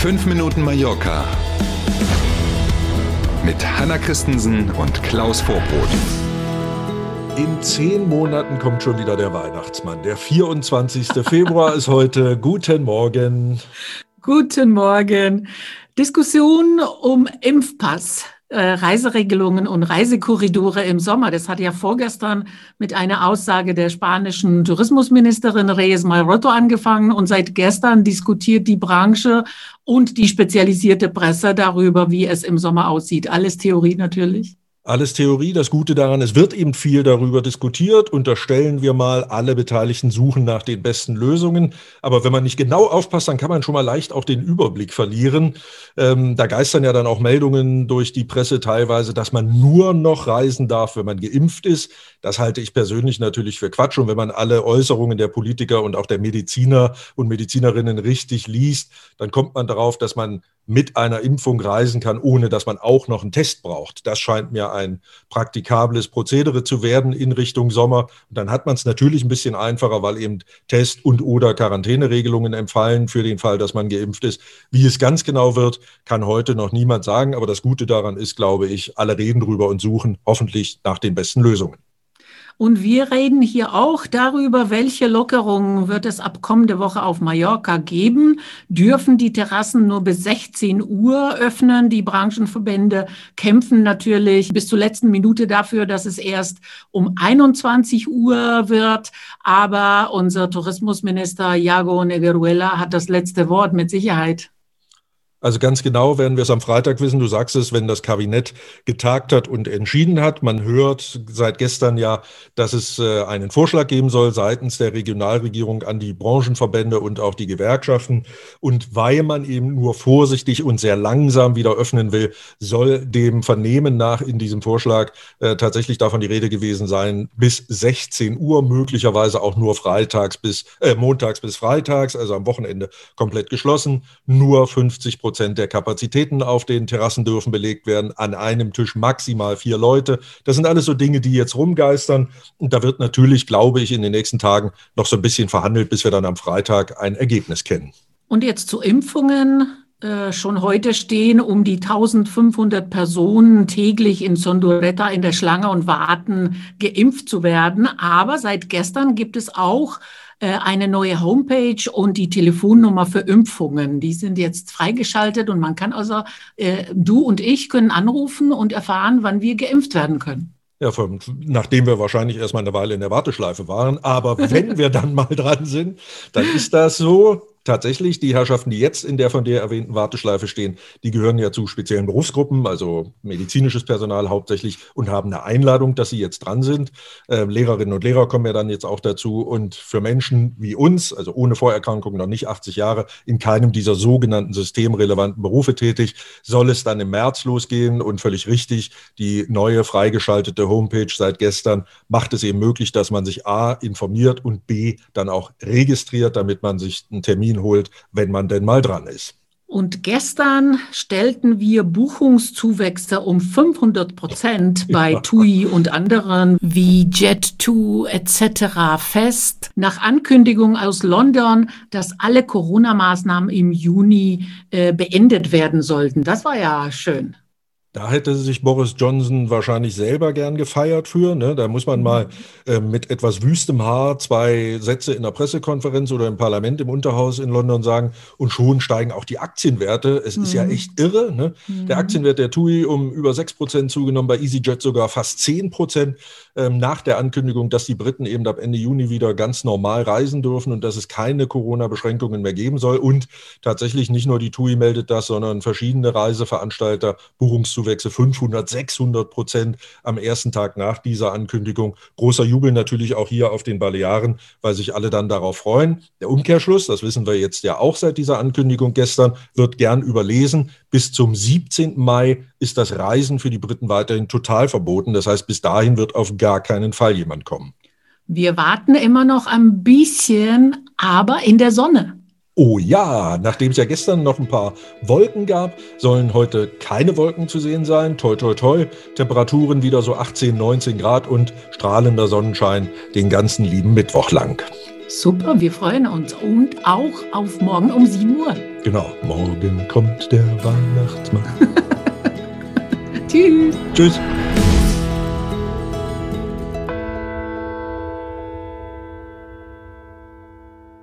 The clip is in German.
5 Minuten Mallorca mit Hanna Christensen und Klaus Vorbrot. In 10 Monaten kommt schon wieder der Weihnachtsmann. Der 24. Februar ist heute. Guten Morgen. Guten Morgen. Diskussion um Impfpass, Reiseregelungen und Reisekorridore im Sommer. Das hat ja vorgestern mit einer Aussage der spanischen Tourismusministerin Reyes Maroto angefangen. Und seit gestern diskutiert die Branche und die spezialisierte Presse darüber, wie es im Sommer aussieht. Alles Theorie natürlich. Alles Theorie. Das Gute daran, es wird eben viel darüber diskutiert. Unterstellen wir mal, alle Beteiligten suchen nach den besten Lösungen. Aber wenn man nicht genau aufpasst, dann kann man schon mal leicht auch den Überblick verlieren. Da geistern ja dann auch Meldungen durch die Presse teilweise, dass man nur noch reisen darf, wenn man geimpft ist. Das halte ich persönlich natürlich für Quatsch. Und wenn man alle Äußerungen der Politiker und auch der Mediziner und Medizinerinnen richtig liest, dann kommt man darauf, dass man mit einer Impfung reisen kann, ohne dass man auch noch einen Test braucht. Das scheint mir ein praktikables Prozedere zu werden in Richtung Sommer. Und dann hat man es natürlich ein bisschen einfacher, weil eben Test- und oder Quarantäneregelungen empfallen für den Fall, dass man geimpft ist. Wie es ganz genau wird, kann heute noch niemand sagen. Aber das Gute daran ist, glaube ich, alle reden drüber und suchen hoffentlich nach den besten Lösungen. Und wir reden hier auch darüber, welche Lockerungen wird es ab kommende Woche auf Mallorca geben. Dürfen die Terrassen nur bis 16 Uhr öffnen? Die Branchenverbände kämpfen natürlich bis zur letzten Minute dafür, dass es erst um 21 Uhr wird. Aber unser Tourismusminister Iago Negueruela hat das letzte Wort mit Sicherheit. Also ganz genau werden wir es am Freitag wissen. Du sagst es, wenn das Kabinett getagt hat und entschieden hat. Man hört seit gestern ja, dass es einen Vorschlag geben soll seitens der Regionalregierung an die Branchenverbände und auch die Gewerkschaften. Und weil man eben nur vorsichtig und sehr langsam wieder öffnen will, soll dem Vernehmen nach in diesem Vorschlag tatsächlich davon die Rede gewesen sein, bis 16 Uhr, möglicherweise auch nur montags bis freitags, also am Wochenende komplett geschlossen, nur 50% der Kapazitäten auf den Terrassen dürfen belegt werden, an einem Tisch maximal 4 Leute. Das sind alles so Dinge, die jetzt rumgeistern. Und da wird natürlich, glaube ich, in den nächsten Tagen noch so ein bisschen verhandelt, bis wir dann am Freitag ein Ergebnis kennen. Und jetzt zu Impfungen. Schon heute stehen um die 1500 Personen täglich in Sondoreta in der Schlange und warten, geimpft zu werden. Aber seit gestern gibt es auch eine neue Homepage und die Telefonnummer für Impfungen. Die sind jetzt freigeschaltet und man kann also, du und ich können anrufen und erfahren, wann wir geimpft werden können. Ja, nachdem wir wahrscheinlich erstmal eine Weile in der Warteschleife waren. Aber wenn wir dann mal dran sind, dann ist das so. Tatsächlich, die Herrschaften, die jetzt in der von dir erwähnten Warteschleife stehen, die gehören ja zu speziellen Berufsgruppen, also medizinisches Personal hauptsächlich, und haben eine Einladung, dass sie jetzt dran sind. Lehrerinnen und Lehrer kommen ja dann jetzt auch dazu. Und für Menschen wie uns, also ohne Vorerkrankung, noch nicht 80 Jahre, in keinem dieser sogenannten systemrelevanten Berufe tätig, soll es dann im März losgehen. Und völlig richtig, die neue freigeschaltete Homepage seit gestern macht es eben möglich, dass man sich A, informiert und B, dann auch registriert, damit man sich einen Termin holt, wenn man denn mal dran ist. Und gestern stellten wir Buchungszuwächse um 500% bei TUI und anderen wie Jet2 etc. fest. Nach Ankündigung aus London, dass alle Corona-Maßnahmen im Juni beendet werden sollten. Das war ja schön. Da hätte sich Boris Johnson wahrscheinlich selber gern gefeiert für. Ne? Da muss man mal mit etwas wüstem Haar 2 Sätze in der Pressekonferenz oder im Parlament im Unterhaus in London sagen und schon steigen auch die Aktienwerte. Es ist ja echt irre. Ne? Der Aktienwert der TUI um über 6% zugenommen, bei EasyJet sogar fast 10% nach der Ankündigung, dass die Briten eben ab Ende Juni wieder ganz normal reisen dürfen und dass es keine Corona-Beschränkungen mehr geben soll. Und tatsächlich nicht nur die TUI meldet das, sondern verschiedene Reiseveranstalter, Buchungszuwächse 500, 600% am ersten Tag nach dieser Ankündigung. Großer Jubel natürlich auch hier auf den Balearen, weil sich alle dann darauf freuen. Der Umkehrschluss, das wissen wir jetzt ja auch seit dieser Ankündigung gestern, wird gern überlesen. Bis zum 17. Mai ist das Reisen für die Briten weiterhin total verboten. Das heißt, bis dahin wird auf gar keinen Fall jemand kommen. Wir warten immer noch ein bisschen, aber in der Sonne. Oh ja, nachdem es ja gestern noch ein paar Wolken gab, sollen heute keine Wolken zu sehen sein. Toi, toi, toi. Temperaturen wieder so 18, 19 Grad und strahlender Sonnenschein den ganzen lieben Mittwoch lang. Super, wir freuen uns und auch auf morgen um 7 Uhr. Genau, morgen kommt der Weihnachtsmann. Tschüss. Tschüss.